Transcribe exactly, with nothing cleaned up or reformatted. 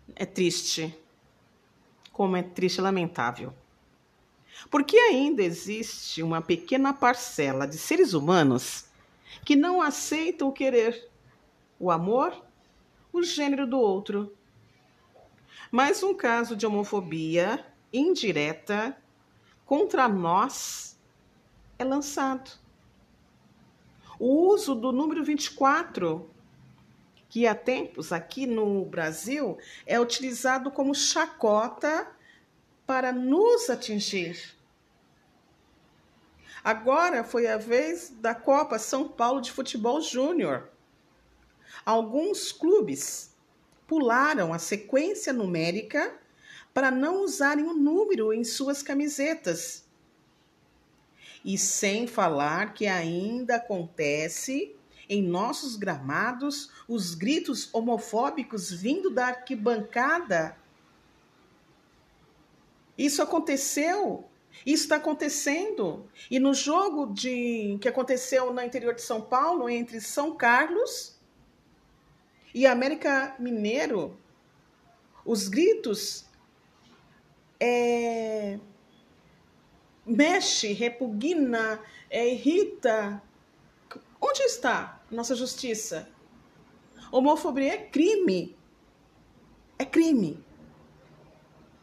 É triste, como é triste e lamentável. Porque ainda existe uma pequena parcela de seres humanos que não aceitam o querer, o amor, o gênero do outro. Mais um caso de homofobia indireta contra nós é lançado. O uso do número vinte e quatro, que há tempos aqui no Brasil é utilizado como chacota para nos atingir. Agora foi a vez da Copa São Paulo de Futebol Júnior. Alguns clubes pularam a sequência numérica para não usarem o número em suas camisetas. E sem falar que ainda acontece em nossos gramados os gritos homofóbicos vindo da arquibancada. Isso aconteceu, isso está acontecendo. E no jogo de, que aconteceu no interior de São Paulo, entre São Carlos e América Mineiro, os gritos é, mexe, repugna, é, irrita. Onde está nossa justiça? Homofobia é crime. É crime.